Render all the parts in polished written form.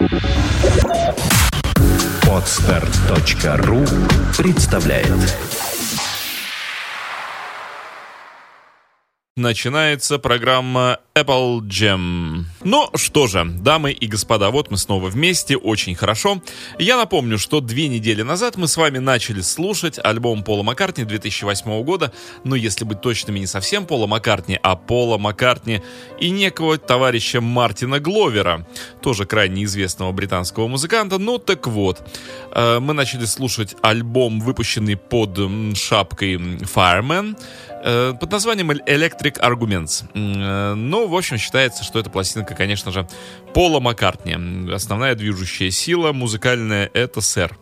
Podster.ru представляет. Начинается программа Apple Jam. Ну что же, дамы и господа, вот мы снова вместе, очень хорошо. Я напомню, что 2 недели назад мы с вами начали слушать альбом Пола Маккартни 2008 года. Ну, если быть точными, не совсем Пола Маккартни, а Пола Маккартни и некого товарища Мартина Гловера, тоже крайне известного британского музыканта. Ну так вот, мы начали слушать альбом, выпущенный под шапкой Fireman, под названием Electric Arguments. Ну, в общем, считается, что эта пластинка, конечно же, Пола Маккартни. Основная движущая сила музыкальная — это сэр.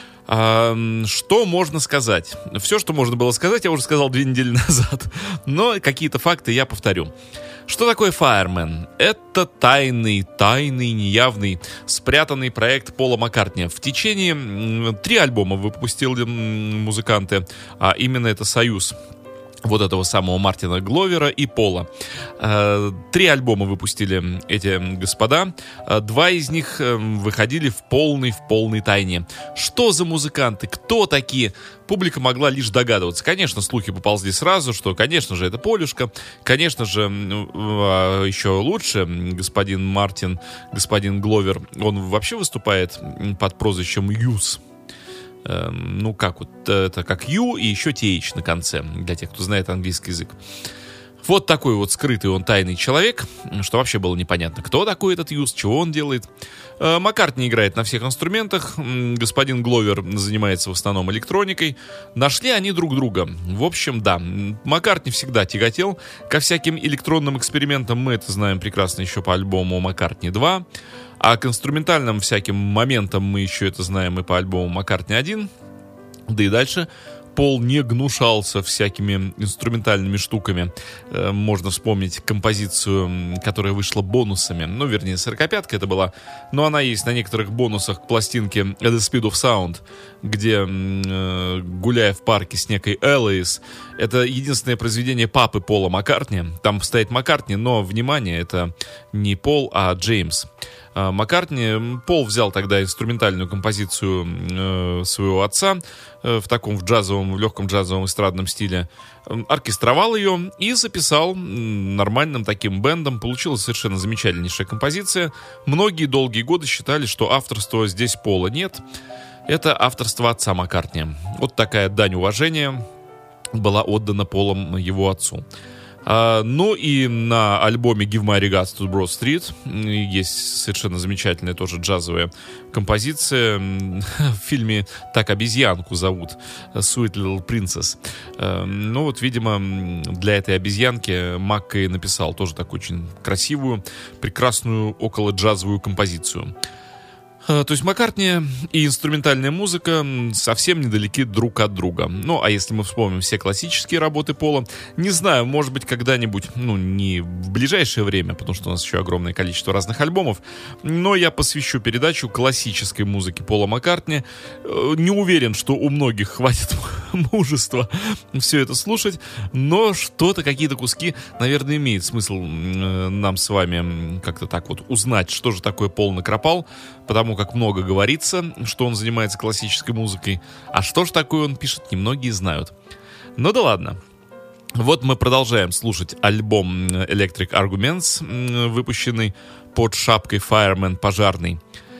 Что можно сказать? Все, что можно было сказать, я уже сказал 2 недели назад. Но какие-то факты я повторю. Что такое Fireman? Это тайный, неявный, спрятанный проект Пола Маккартни. В течение 3 альбома выпустили музыканты, а именно это союз вот этого самого Мартина Гловера и Пола. 3 альбома выпустили эти господа. 2 из них выходили в полной тайне. Что за музыканты? Кто такие? Публика могла лишь догадываться. Конечно, слухи поползли сразу, что, конечно же, это Полюшка. Конечно же, еще лучше, господин Мартин, господин Гловер, он вообще выступает под прозвищем Юз. Ну как вот, это как Ю и еще TH на конце, для тех, кто знает английский язык. Вот такой вот скрытый он тайный человек, что вообще было непонятно, кто такой этот Юз, чего он делает. Маккартни играет на всех инструментах, господин Гловер занимается в основном электроникой. Нашли они друг друга. В общем, да, Маккартни всегда тяготел ко всяким электронным экспериментам, мы это знаем прекрасно еще по альбому Маккартни 2. А к инструментальным всяким моментам мы еще это знаем и по альбому Маккартни 1. Да и дальше Пол не гнушался всякими инструментальными штуками. Можно вспомнить композицию, которая вышла бонусами. Ну, вернее, 45-ка это была. Но она есть на некоторых бонусах к пластинке The Speed of Sound, где, гуляя в парке с некой Элоис, это единственное произведение папы Пола Маккартни. Там стоит Маккартни, но, внимание, это не Пол, а Джеймс Маккартни. Пол взял тогда инструментальную композицию своего отца в таком в легком джазовом эстрадном стиле, оркестровал ее и записал нормальным таким бендом. Получилась совершенно замечательнейшая композиция. Многие долгие годы считали, что авторства здесь Пола нет. Это авторство отца Маккартни. Вот такая дань уважения была отдана Полом его отцу. Ну и на альбоме Give My Regards to Broad Street есть совершенно замечательная тоже джазовая композиция. В фильме так обезьянку зовут, Sweet Little Princess. Ну вот, видимо, для этой обезьянки Маккей написал тоже такую очень красивую, прекрасную около джазовую композицию. То есть Маккартни и инструментальная музыка совсем недалеки друг от друга. Ну, а если мы вспомним все классические работы Пола, не знаю, может быть, когда-нибудь, ну, не в ближайшее время, потому что у нас еще огромное количество разных альбомов, но я посвящу передачу классической музыке Пола Маккартни. Не уверен, что у многих хватит мужества все это слушать, но что-то, какие-то куски, наверное, имеет смысл нам с вами как-то так вот узнать, что же такое Пол накропал, потому как много говорится, что он занимается классической музыкой, а что же такое он пишет, немногие знают. Ну да ладно. Вот мы продолжаем слушать альбом Electric Arguments, выпущенный под шапкой Fireman пожарный.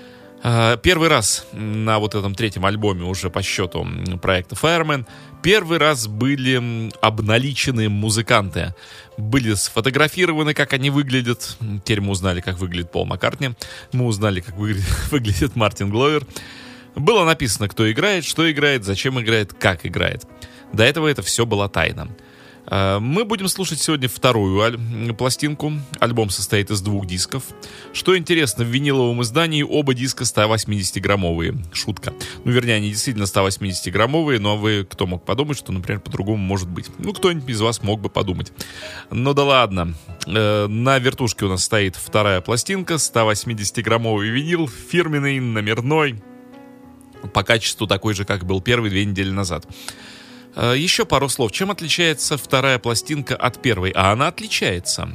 Первый раз на вот этом 3-м альбоме уже по счету проекта Fireman первый раз были обналичены музыканты. Были сфотографированы, как они выглядят. Теперь мы узнали, как выглядит Пол Маккартни. Мы узнали, как выглядит Мартин Гловер. Было написано, кто играет, что играет, зачем играет, как играет. До этого это все была тайна. Мы будем слушать сегодня вторую пластинку. Альбом состоит из 2 дисков. Что интересно, в виниловом издании оба диска 180-граммовые. Шутка. Ну, вернее, они действительно 180-граммовые, но вы, кто мог подумать, что, например, по-другому может быть? Ну, кто-нибудь из вас мог бы подумать. Ну да ладно. На вертушке у нас стоит вторая пластинка, 180-граммовый винил, фирменный, номерной. По качеству такой же, как был первый 2 недели назад. Еще пару слов. Чем отличается вторая пластинка от первой? А она отличается.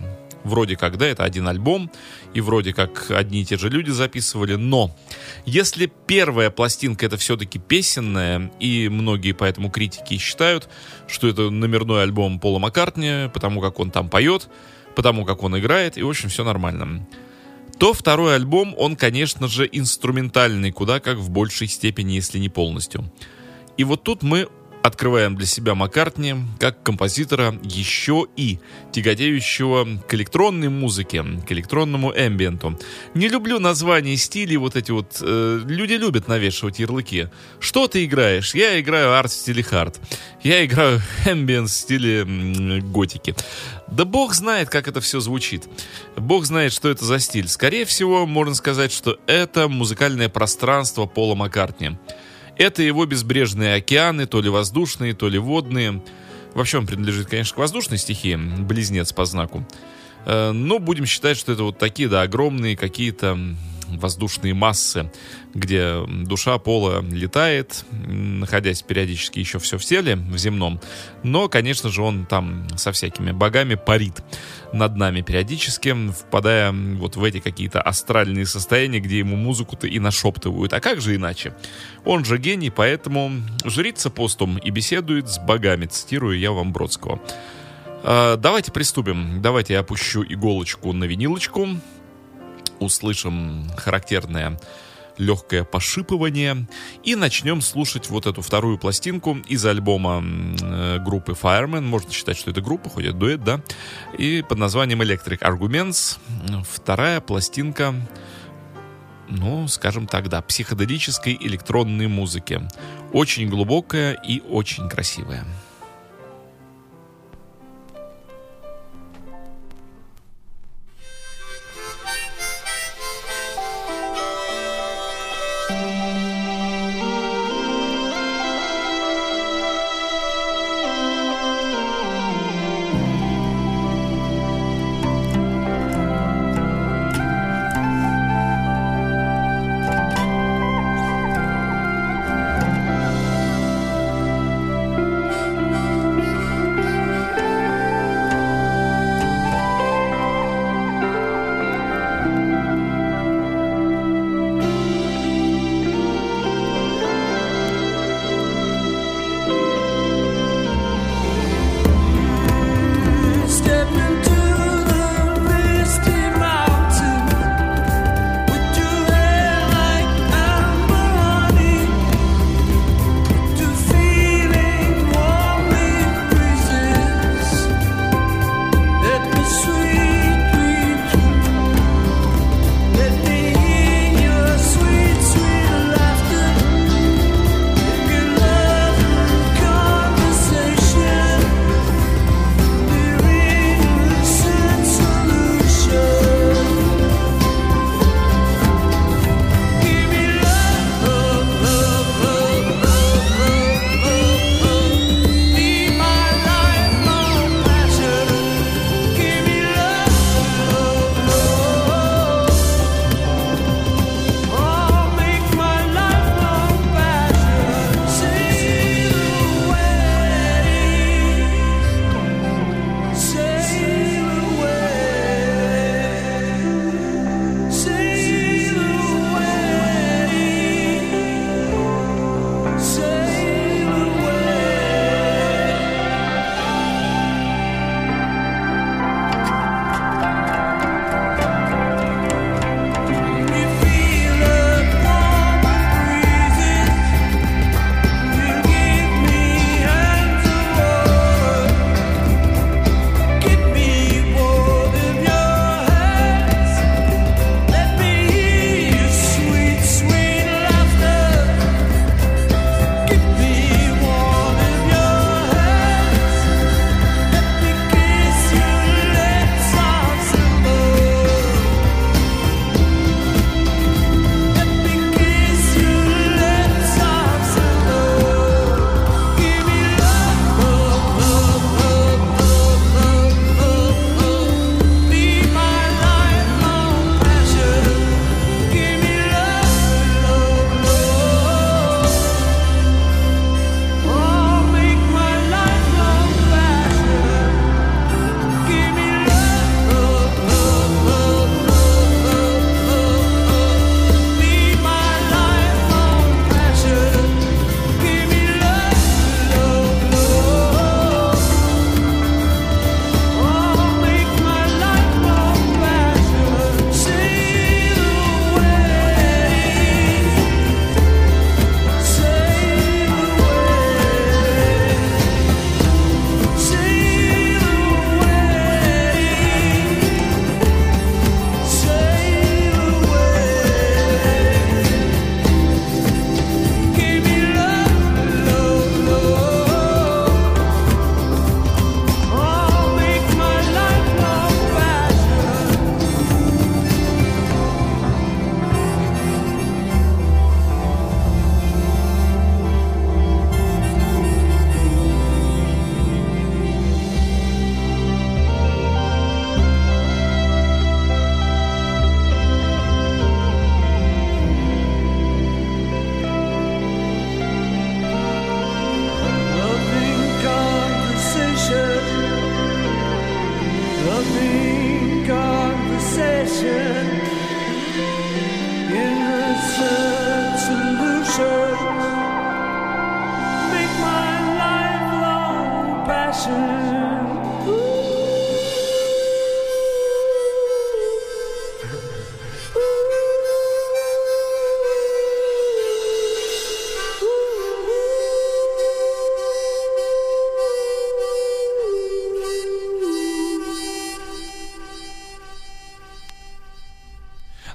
Вроде как, да, это один альбом, и вроде как одни и те же люди записывали, но если первая пластинка это все-таки песенная, и многие поэтому критики считают, что это номерной альбом Пола Маккартни, потому как он там поет, потому как он играет, и в общем все нормально, то второй альбом, он, конечно же, инструментальный, куда как в большей степени, если не полностью. И вот тут мы открываем для себя Маккартни как композитора еще и тяготеющего к электронной музыке, к электронному эмбиенту. Не люблю названия стилей вот эти вот. Люди любят навешивать ярлыки. Что ты играешь? Я играю арт в стиле хард. Я играю эмбиент в стиле готики. Да бог знает, как это все звучит. Бог знает, что это за стиль. Скорее всего, можно сказать, что это музыкальное пространство Пола Маккартни. Это его безбрежные океаны, то ли воздушные, то ли водные. Вообще он принадлежит, конечно, к воздушной стихии, близнец по знаку. Но будем считать, что это вот такие, да, огромные какие-то воздушные массы, где душа Пола летает, находясь периодически еще все в теле, в земном. Но, конечно же, он там со всякими богами парит над нами периодически, впадая вот в эти какие-то астральные состояния, где ему музыку-то и нашептывают. А как же иначе? Он же гений, поэтому жрится постум и беседует с богами, цитирую я вам Бродского. Давайте приступим. Давайте я опущу иголочку на винилочку. Услышим характерное легкое пошипывание и начнем слушать вот эту вторую пластинку из альбома группы Fireman. Можно считать, что это группа, хоть это дуэт, да, и под названием Electric Arguments. Вторая пластинка, ну, скажем так, да, психоделической электронной музыки. Очень глубокая и очень красивая.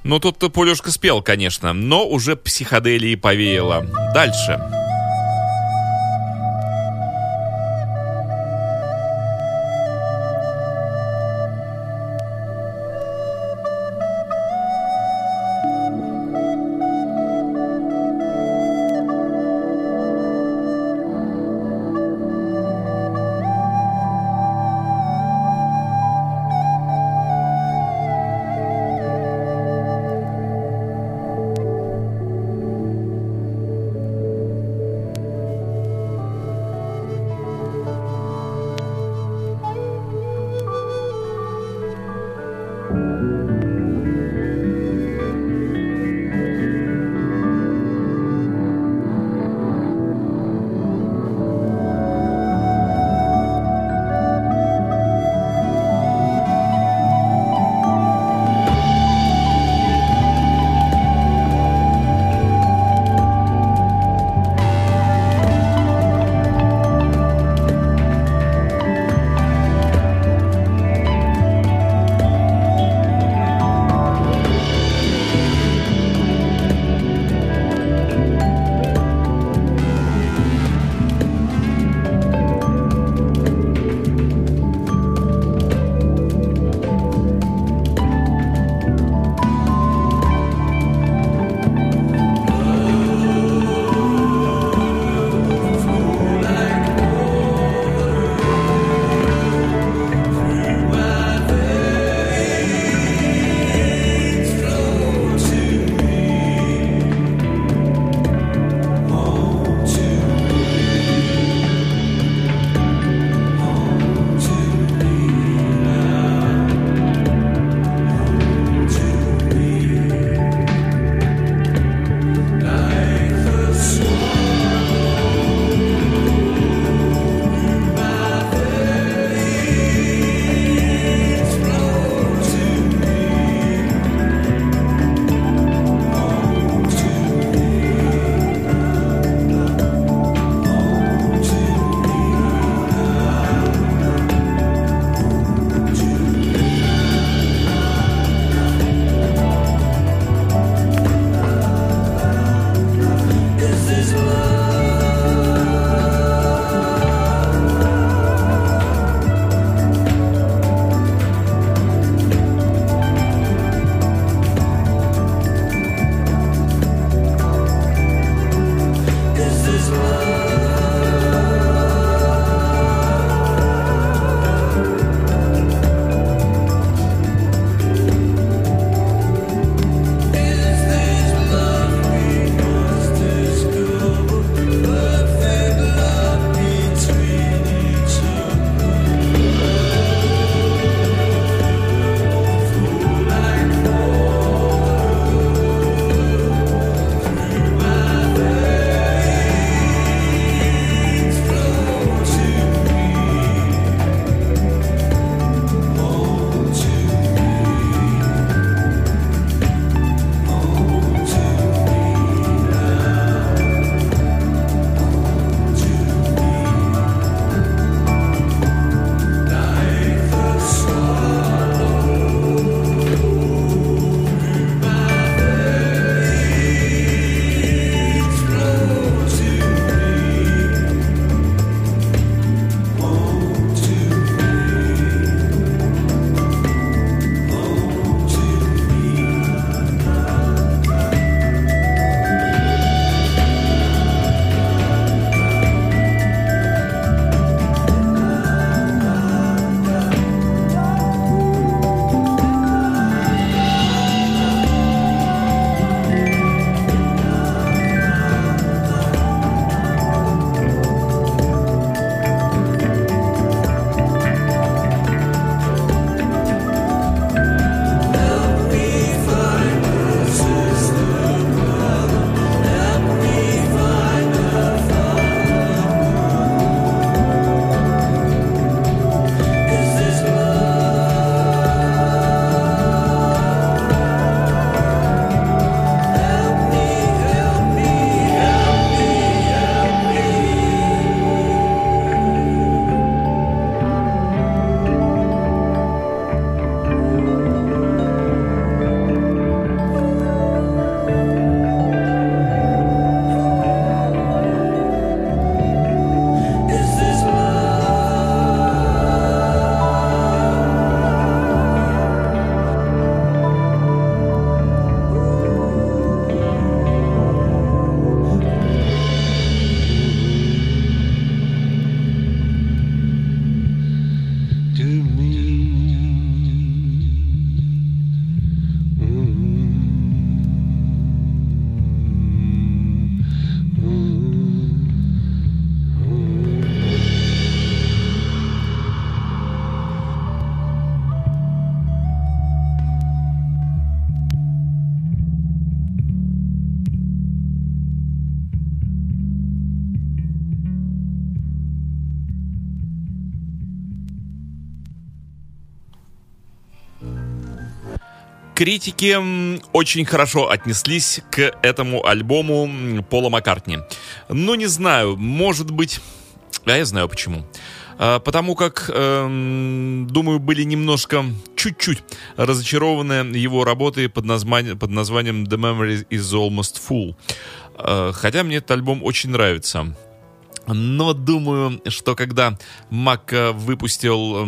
Ну, тут-то Полюшка спел, конечно, но уже психоделии повеяло. Дальше. Критики очень хорошо отнеслись к этому альбому Пола Маккартни. Ну, не знаю, может быть... А я знаю почему. Потому как, думаю, были немножко, чуть-чуть разочарованы его работой под названием The Memory is Almost Full. Хотя мне этот альбом очень нравится. Но думаю, что когда Мак выпустил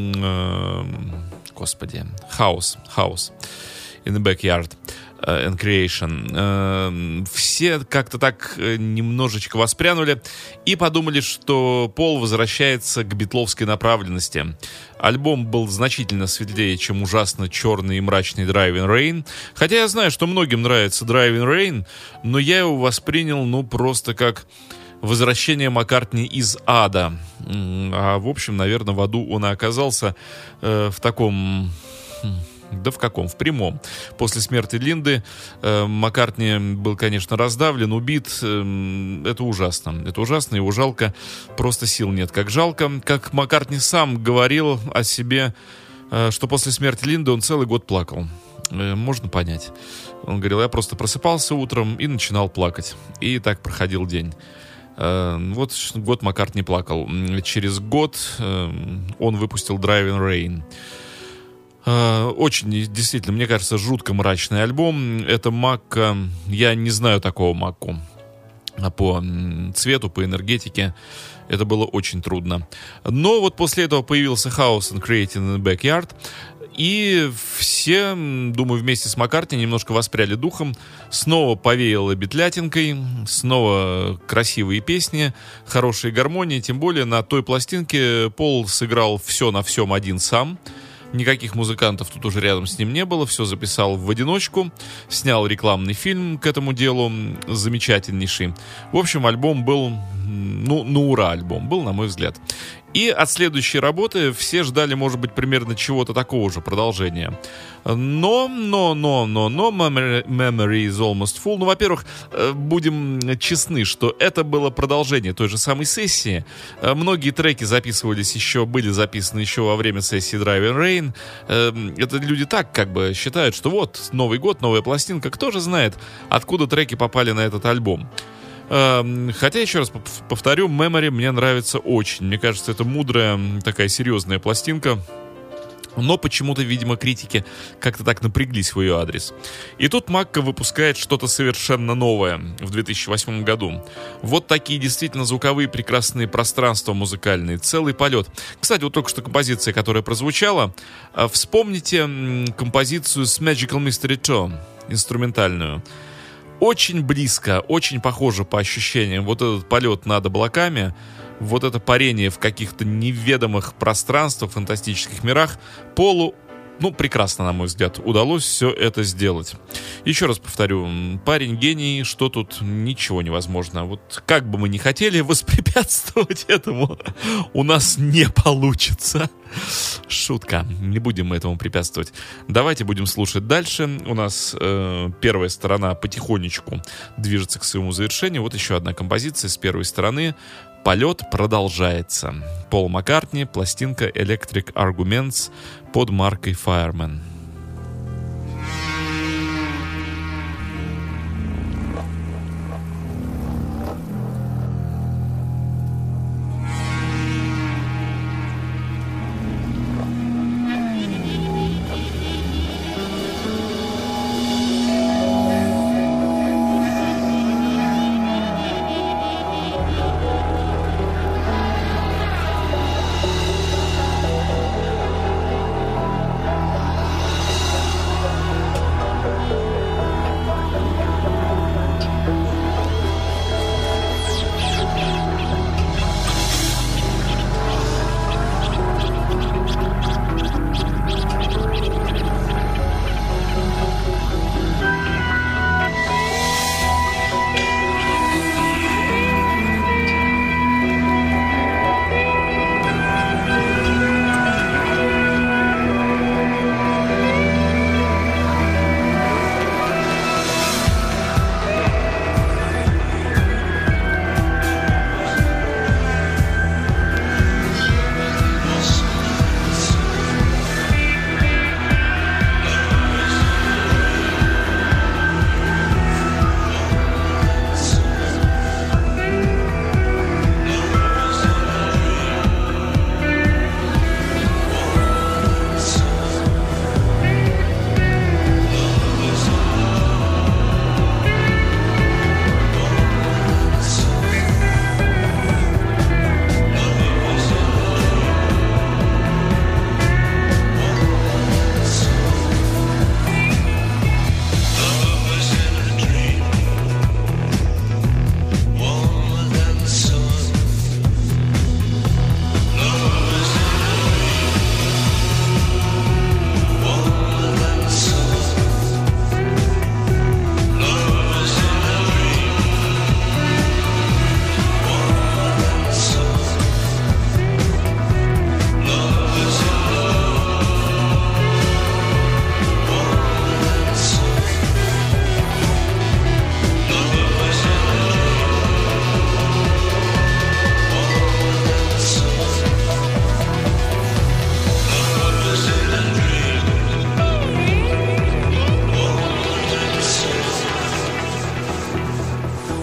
House in the Backyard and Creation, все как-то так немножечко воспрянули и подумали, что Пол возвращается к битловской направленности. Альбом был значительно светлее, чем ужасно черный и мрачный Driving Rain. Хотя я знаю, что многим нравится Driving Rain, но я его воспринял, просто как возвращение Маккартни из ада. А в общем, наверное, в аду он и оказался в таком... Да в каком? В прямом. После смерти Линды Маккартни был, конечно, раздавлен, убит. Это ужасно. Это ужасно, его жалко. Просто сил нет. Как жалко. Как Маккартни сам говорил о себе, что после смерти Линды он целый год плакал. Можно понять. Он говорил, я просто просыпался утром и начинал плакать. И так проходил день. Вот год Маккартни плакал. Через год он выпустил Driving Rain. Очень, действительно, мне кажется, жутко мрачный альбом. Это Макка, я не знаю такого Макку. По цвету, по энергетике это было очень трудно. Но вот после этого появился House and Creating in the Backyard. И все, думаю, вместе с Маккартни немножко воспряли духом. Снова повеяло битлятинкой, снова красивые песни, хорошие гармонии. Тем более на той пластинке Пол сыграл все на всем один сам. Никаких музыкантов тут уже рядом с ним не было. Все записал в одиночку. Снял рекламный фильм к этому делу. Замечательнейший. В общем, альбом был... Ну ура альбом был, на мой взгляд. И от следующей работы все ждали, может быть, примерно чего-то такого же продолжения. Но Memory is Almost Full. Ну, во-первых, будем честны, что это было продолжение той же самой сессии. Многие треки были записаны еще во время сессии Driving Rain. Это люди так как бы считают, что вот, Новый год, новая пластинка. Кто же знает, откуда треки попали на этот альбом. Хотя, еще раз повторю, Memory мне нравится очень. Мне кажется, это мудрая, такая серьезная пластинка. Но почему-то, видимо, критики как-то так напряглись в ее адрес. И тут Макка выпускает что-то совершенно новое в 2008 году. Вот такие действительно звуковые прекрасные пространства музыкальные. Целый полет. Кстати, вот только что композиция, которая прозвучала. Вспомните композицию с Magical Mystery Tour, инструментальную. Очень близко, очень похоже по ощущениям. Вот этот полет над облаками, вот это парение в каких-то неведомых пространствах, фантастических мирах, Полу, прекрасно, на мой взгляд, удалось все это сделать. Еще раз повторю, парень гений, что тут ничего невозможно. Вот как бы мы ни хотели воспрепятствовать этому, у нас не получится. Шутка, не будем мы этому препятствовать. Давайте будем слушать дальше. У нас первая сторона потихонечку движется к своему завершению. Вот еще одна композиция с первой стороны. Полет продолжается. Пол Маккартни, пластинка Electric Arguments под маркой Fireman.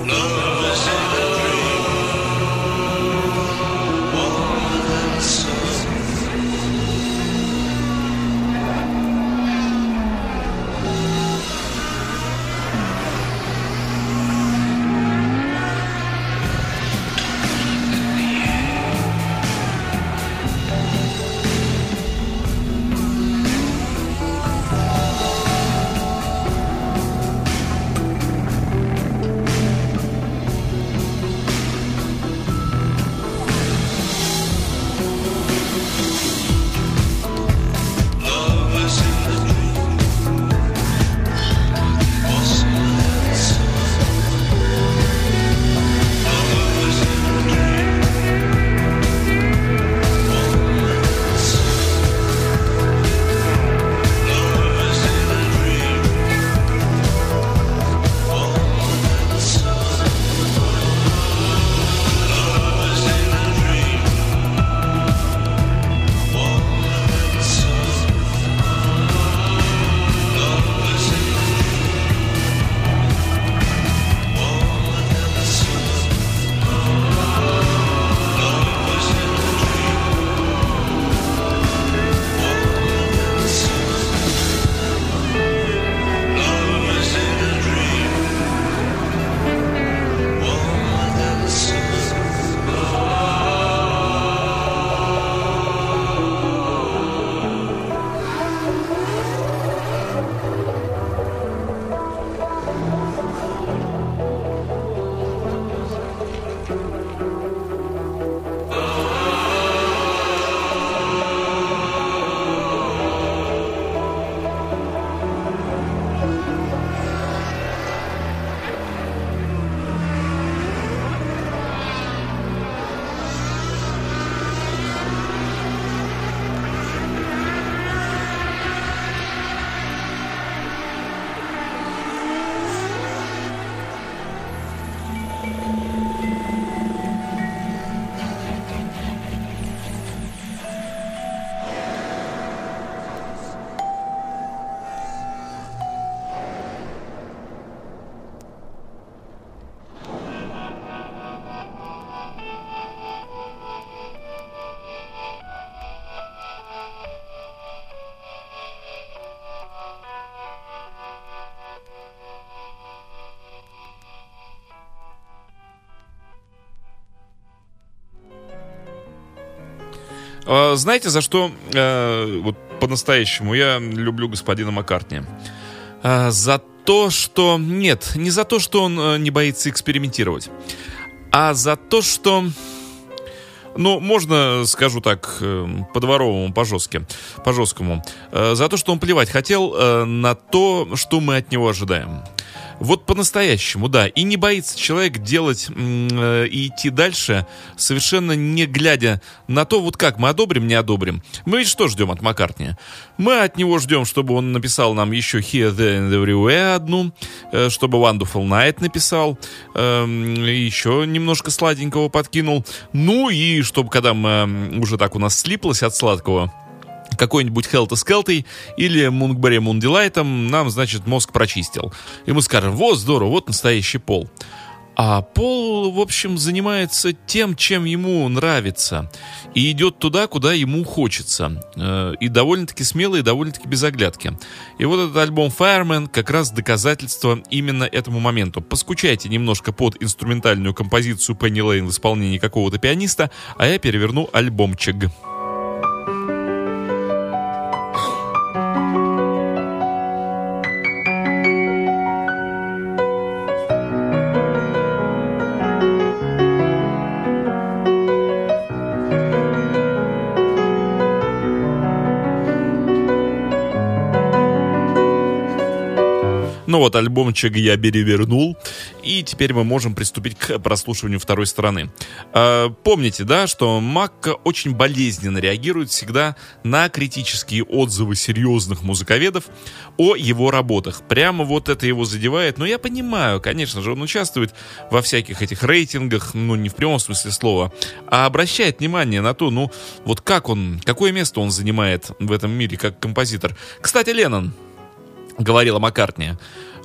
Знаете, за что вот по-настоящему я люблю господина Маккартни? За то, что... Нет, не за то, что он не боится экспериментировать, а за то, что... Ну, можно, скажу так, по-дворовому, по-жесткому. За то, что он плевать хотел на то, что мы от него ожидаем. Вот по-настоящему, да. И не боится человек делать и идти дальше, совершенно не глядя на то, вот как мы одобрим, не одобрим. Мы ведь что ждем от Маккартни? Мы от него ждем, чтобы он написал нам еще Here, There and Everywhere одну, чтобы Wonderful Night написал, еще немножко сладенького подкинул. Ну и чтобы, когда мы уже так у нас слиплось от сладкого, какой-нибудь Хелта-Скелтой или Мункберри Мундилайтом нам, значит, мозг прочистил. И мы скажем: вот здорово, вот настоящий Пол. А Пол, в общем, занимается тем, чем ему нравится. И идет туда, куда ему хочется. И довольно-таки смело, и довольно-таки без оглядки. И вот этот альбом Fireman как раз доказательство именно этому моменту. Поскучайте немножко под инструментальную композицию Пенни Лейн в исполнении какого-то пианиста, а я переверну альбомчик. Ну вот, альбомчик я перевернул, и теперь мы можем приступить к прослушиванию второй стороны. Помните, да, что Макка очень болезненно реагирует всегда на критические отзывы серьезных музыковедов о его работах. Прямо вот это его задевает. Но я понимаю, конечно же, он участвует во всяких этих рейтингах, ну не в прямом смысле слова, а обращает внимание на то, ну вот как он, какое место он занимает в этом мире как композитор. Кстати, Леннон говорила Маккартни: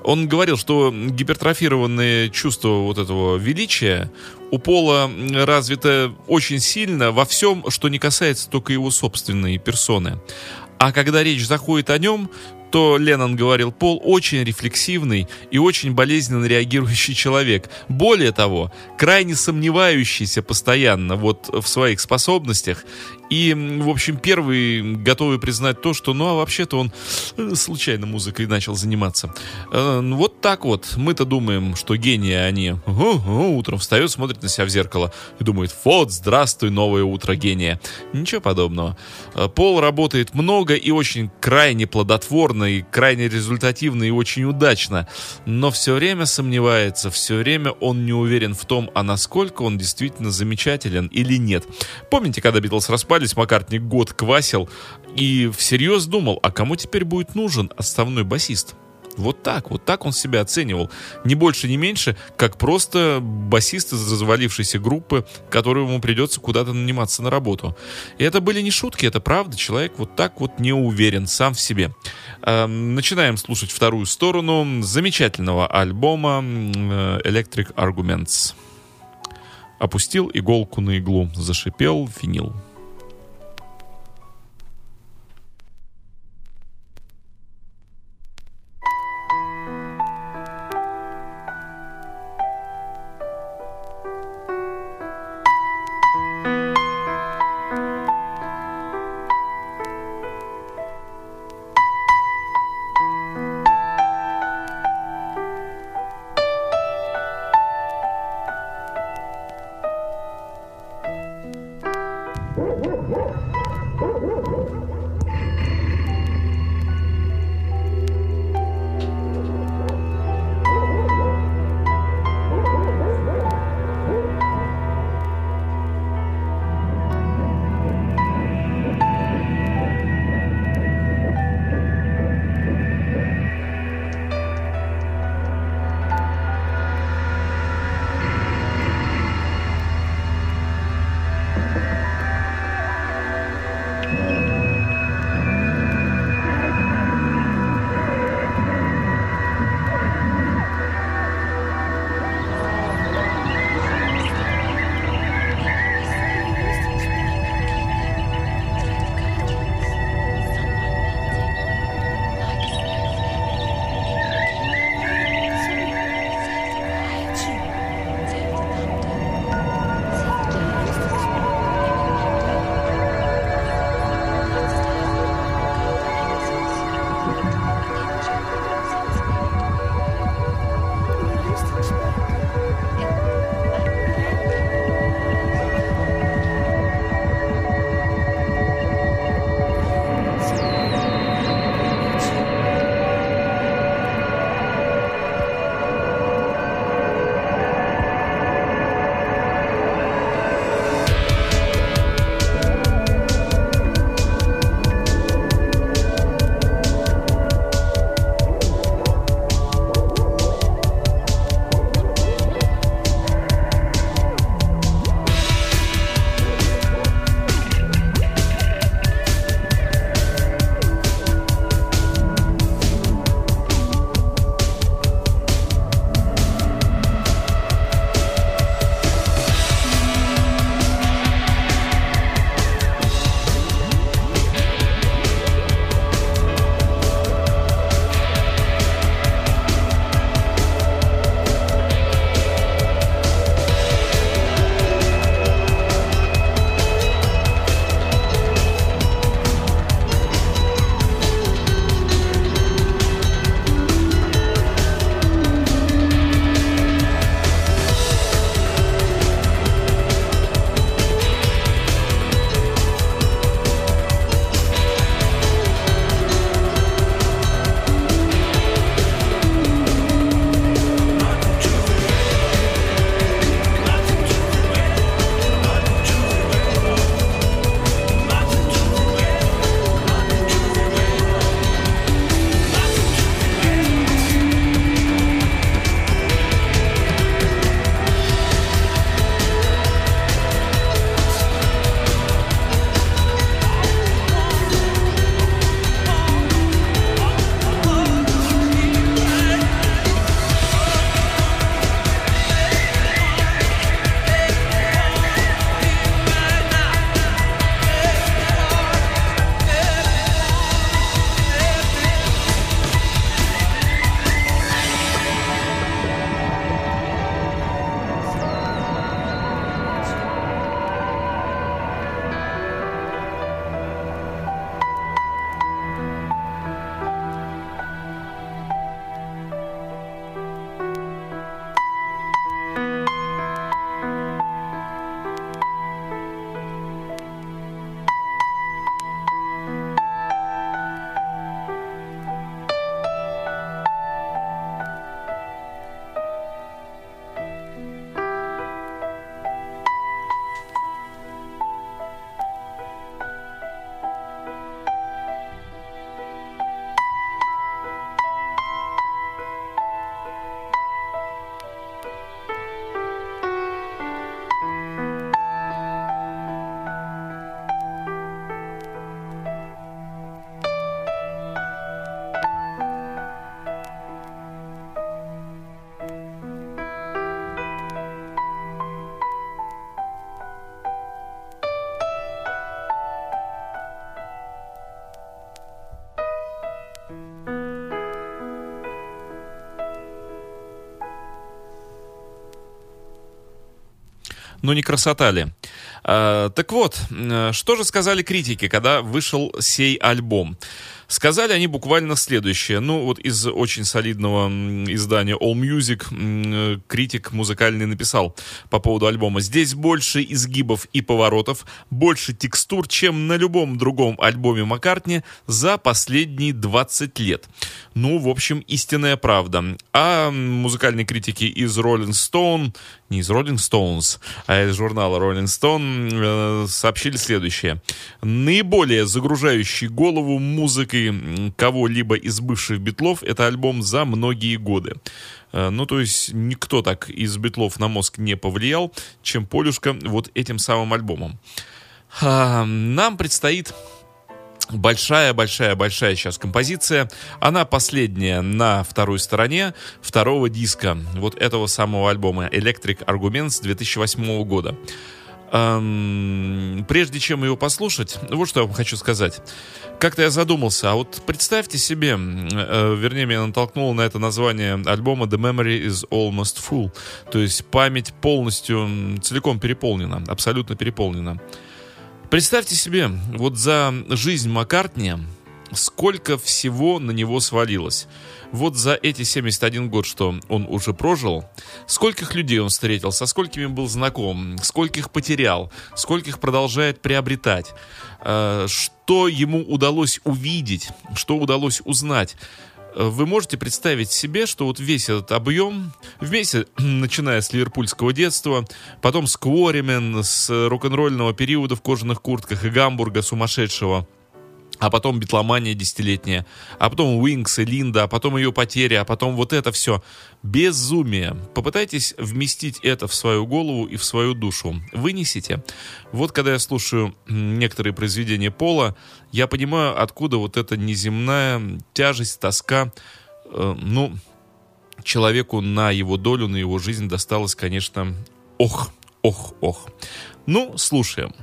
Он говорил, что гипертрофированное чувство вот этого величия у Пола развито очень сильно во всем, что не касается только его собственной персоны. А когда речь заходит о нем, то, Леннон говорил, Пол очень рефлексивный и очень болезненно реагирующий человек. Более того, крайне сомневающийся постоянно вот в своих способностях. И, в общем, первый готовый признать то, что, а вообще-то он случайно музыкой начал заниматься. Вот так вот. Мы-то думаем, что гении они утром встает, смотрит на себя в зеркало и думает: вот, здравствуй, новое утро гения. Ничего подобного. Пол работает много и очень крайне плодотворно, и крайне результативно, и очень удачно. Но все время сомневается, все время он не уверен в том, а насколько он действительно замечателен или нет. Помните, когда Битлз распались, Маккартни год квасил и всерьез думал, а кому теперь будет нужен отставной басист? Вот так он себя оценивал. Не больше, не меньше, как просто басист из развалившейся группы, которому придется куда-то наниматься на работу. И это были не шутки, это правда. Человек вот так вот не уверен сам в себе. Начинаем слушать вторую сторону замечательного альбома Electric Arguments. Опустил иголку на иглу, зашипел винил. но не красота ли? Так вот, что же сказали критики, когда вышел сей альбом? Сказали они буквально следующее. Ну, вот из очень солидного издания AllMusic критик музыкальный написал по поводу альбома: здесь больше изгибов и поворотов, больше текстур, чем на любом другом альбоме Маккартни за последние 20 лет. Ну, в общем, истинная правда. А музыкальные критики из Rolling Stone, не из Rolling Stones, а из журнала Rolling Stone сообщили следующее. Наиболее загружающий голову музыкой кого-либо из бывших Битлов это альбом за многие годы. Ну, то есть никто так из Битлов на мозг не повлиял, чем Полюшка вот этим самым альбомом. Нам предстоит большая сейчас композиция. Она последняя на второй стороне второго диска вот этого самого альбома Electric Arguments 2008 года. Прежде чем его послушать, вот что я вам хочу сказать. Как-то я задумался, а вот представьте себе, вернее, меня натолкнуло на это название альбома The Memory is Almost Full. То есть память полностью, целиком переполнена, абсолютно переполнена. Представьте себе, вот за жизнь Маккартни сколько всего на него свалилось. Вот за эти 71 год, что он уже прожил, скольких людей он встретил, со сколькими был знаком, скольких потерял, скольких продолжает приобретать, что ему удалось увидеть, что удалось узнать. Вы можете представить себе, что вот весь этот объем, вместе, начиная с ливерпульского детства, потом с Quarrymen, с рок-н-ролльного периода в кожаных куртках и Гамбурга сумасшедшего, а потом битломания десятилетняя, а потом Wings и Линда, а потом ее потери, а потом вот это все. Безумие. Попытайтесь вместить это в свою голову и в свою душу. Вынесите. Вот когда я слушаю некоторые произведения Пола, я понимаю, откуда вот эта неземная тяжесть, тоска. Ну, человеку на его долю, на его жизнь досталось, конечно, ох. Ну, слушаем.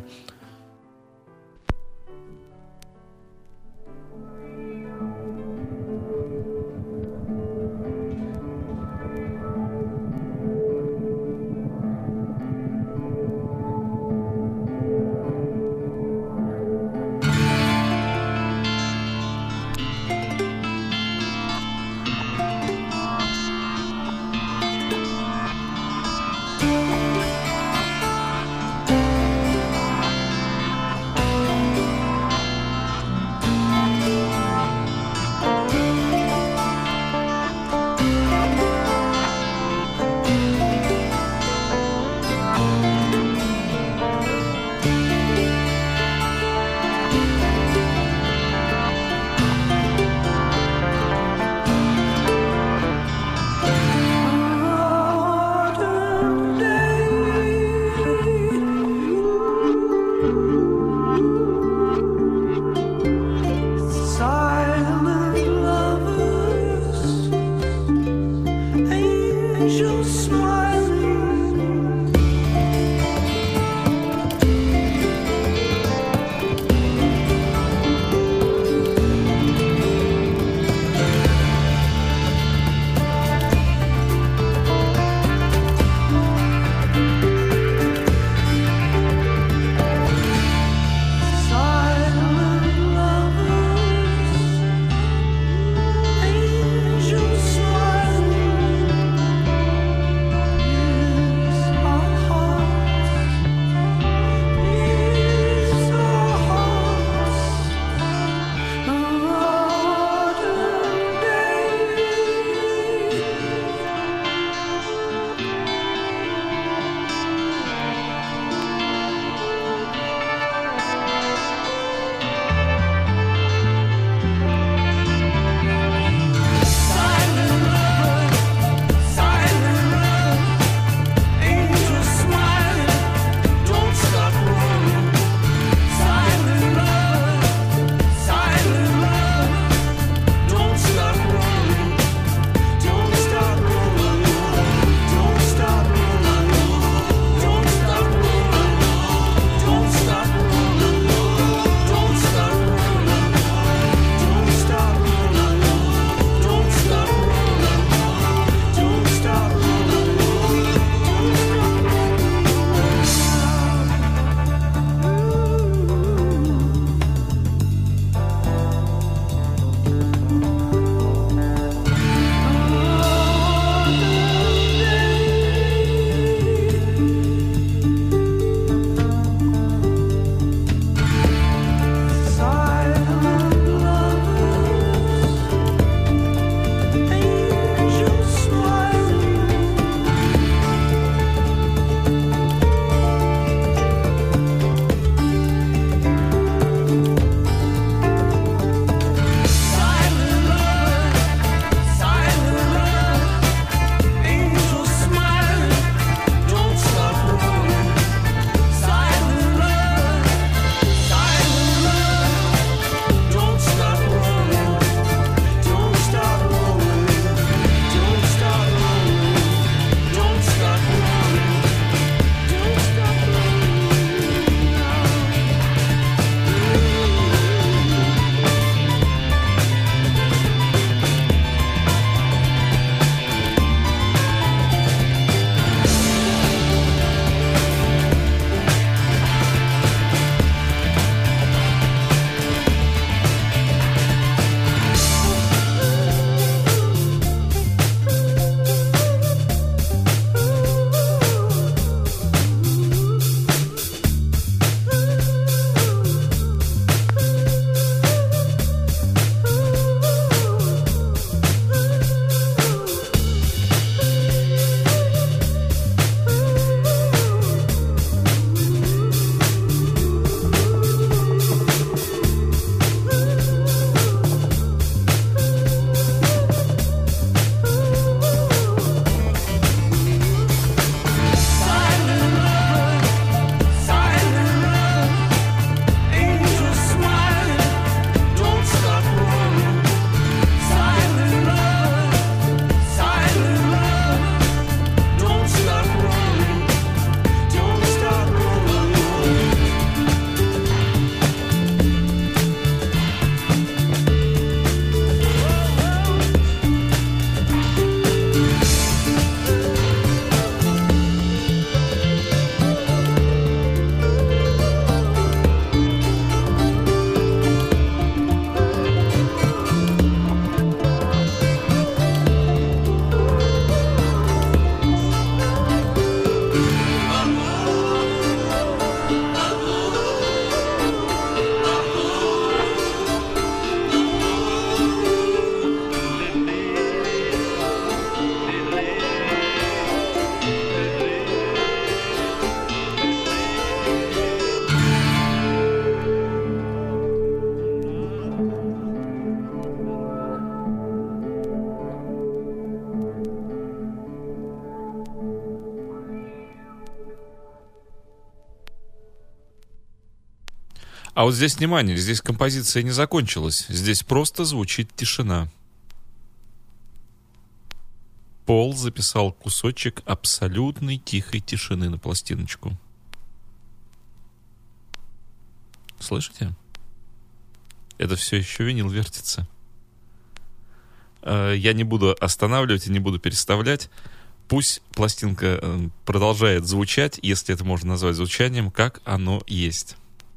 А вот здесь внимание, здесь композиция не закончилась. Здесь просто звучит тишина. Пол записал кусочек абсолютной тихой тишины на пластиночку. Слышите? Это все еще винил вертится. Я не буду останавливать и не буду переставлять. Пусть пластинка продолжает звучать, если это можно назвать звучанием, как оно есть.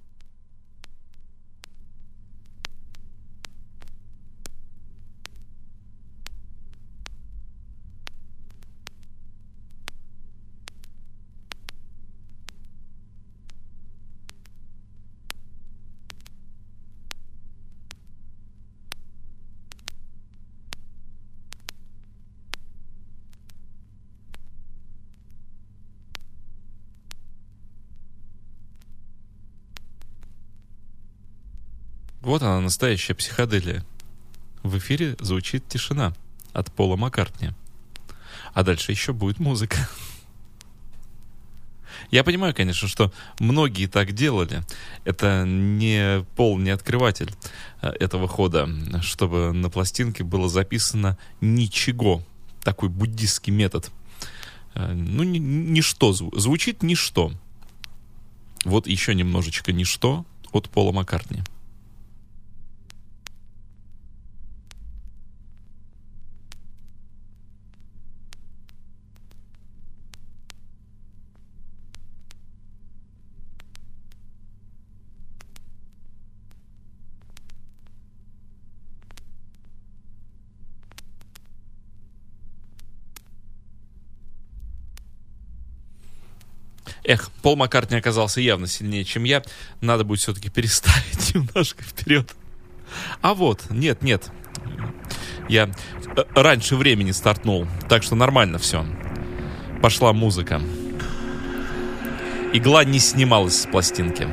Вот она, настоящая психоделия. В эфире звучит тишина от Пола Маккартни. А дальше еще будет музыка. Я понимаю, конечно, что многие так делали. Это не Пол, не открыватель этого хода, чтобы на пластинке было записано ничего. Такой буддистский метод. Ну, ничто. Звучит ничто. Вот еще немножечко ничто от Пола Маккартни. Эх, Пол Маккартни оказался явно сильнее, чем я. Надо будет все-таки переставить немножко вперед. А вот, нет. Я раньше времени стартнул, так что нормально все. Пошла музыка. Игла не снималась с пластинки.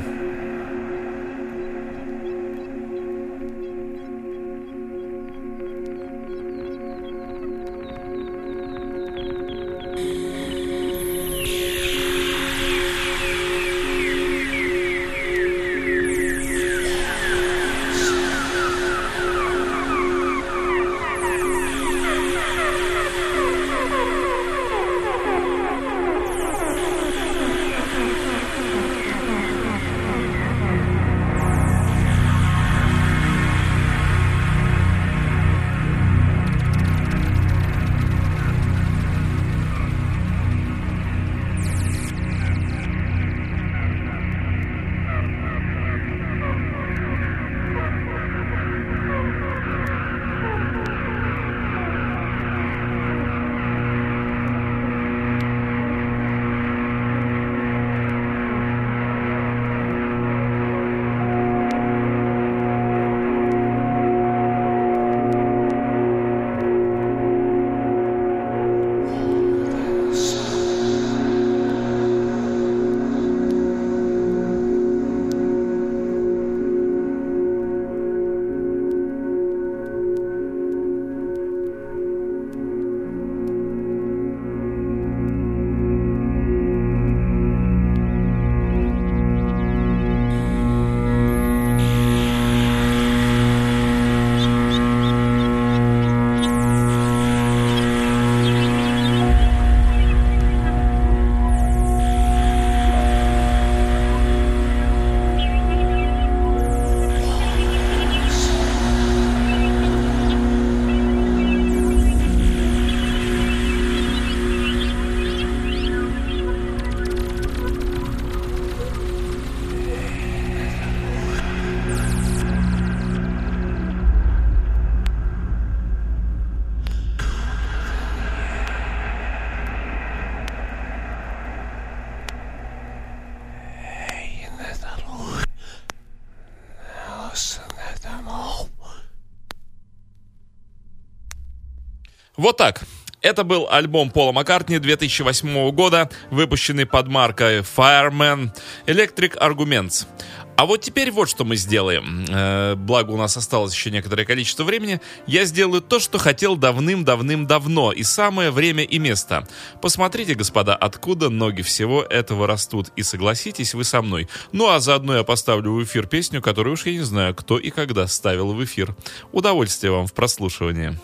Вот так. Это был альбом Пола Маккартни 2008 года, выпущенный под маркой Fireman Electric Arguments. А вот теперь вот что мы сделаем. Благо у нас осталось еще некоторое количество времени. Я сделаю то, что хотел давным-давным-давно. И самое время и место. Посмотрите, господа, откуда ноги всего этого растут. И согласитесь вы со мной. Ну а заодно я поставлю в эфир песню, которую уж я не знаю, кто и когда ставил в эфир. Удовольствия вам в прослушивании.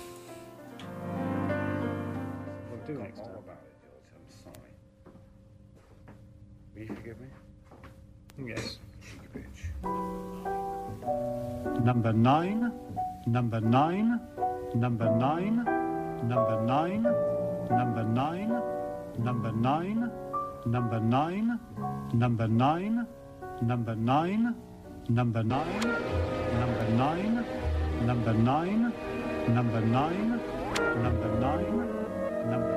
Number 9, number 9, number 9, number 9, number 9, number 9, number 9, number 9, number 9, number 9, number 9, number 9, number 9, number 9, number.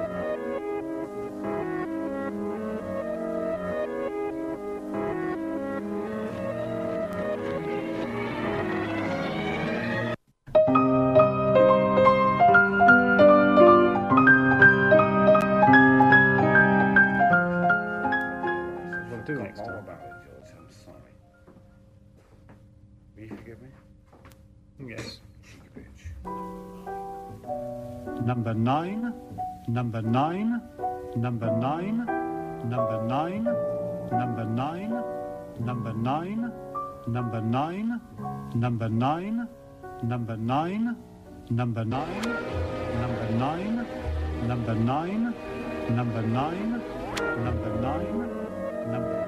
Number 9, number 9, number 9, number 9, number 9, number 9, number 9, number 9, number 9, number 9, number 9, number 9, number 9, number 9, number.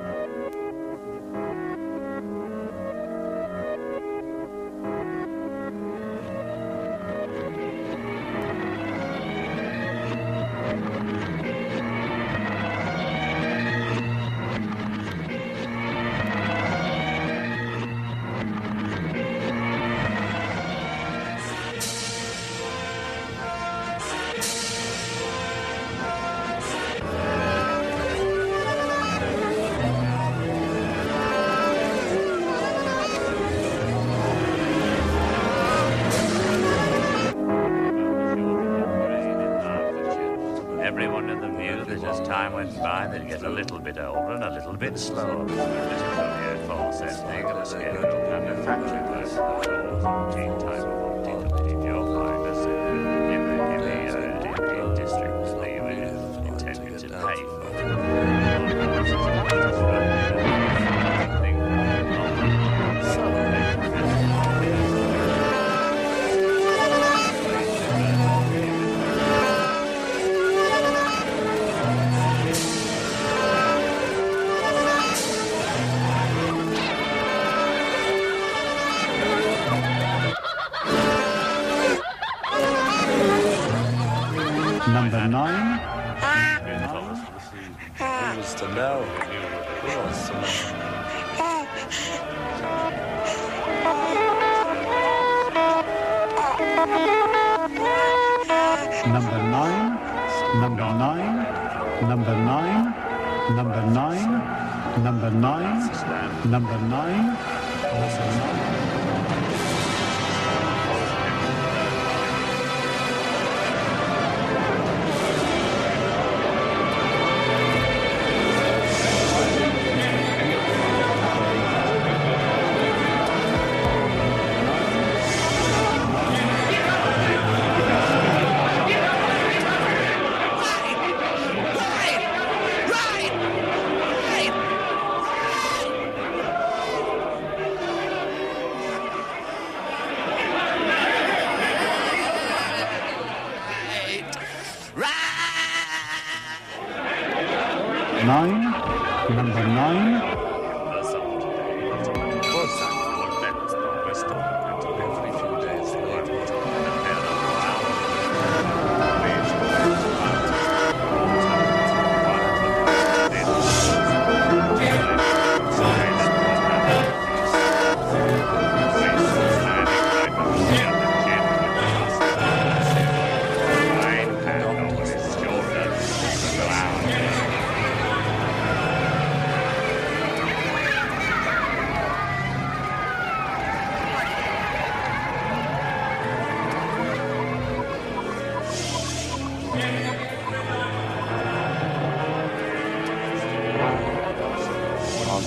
Everyone in the view that as time went by, they'd get a little bit older and a little bit slower. This is only a false ending of a scheduled manufacturing routine type of optic in your mind as in the districts that you intended to pay for. Number 9. Who was to know? Number 9, number 9, number 9, number 9, number 9, number 9, number 9. Number 9.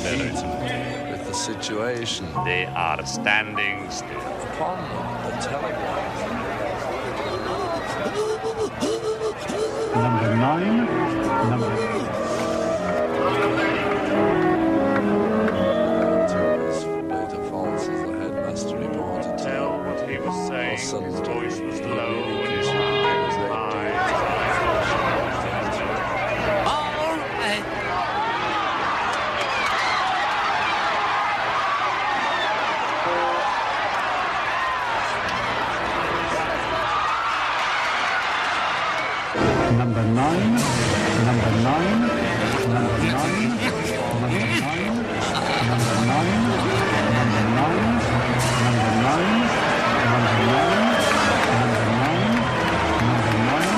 with the situation. They are standing still. Upon the telegraph. Number 9. Tours from Beta Falls as the headmaster reported to Tell what he was saying. His voice was low and his eye was high. All right. Number 9. Number 9. Number 9. Number 9. Number 9. Number 9. Number 9. Number 9. Number 9. Number 9.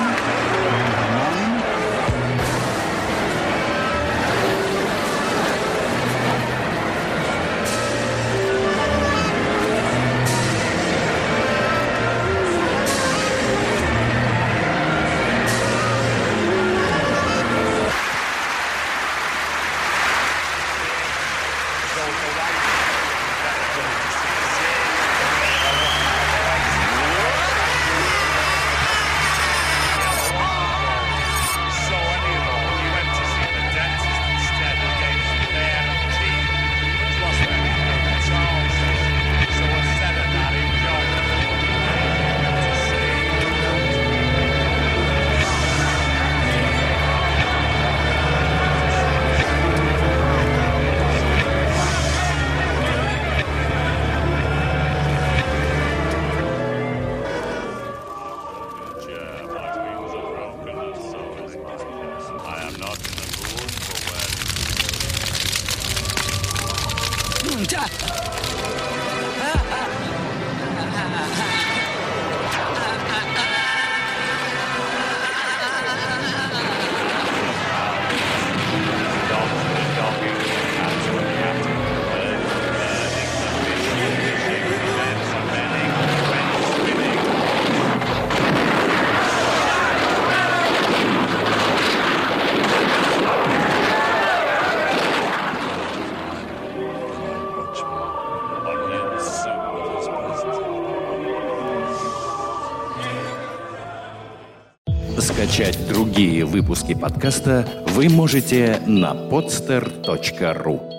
Скачать другие выпуски подкаста вы можете на podster.ru.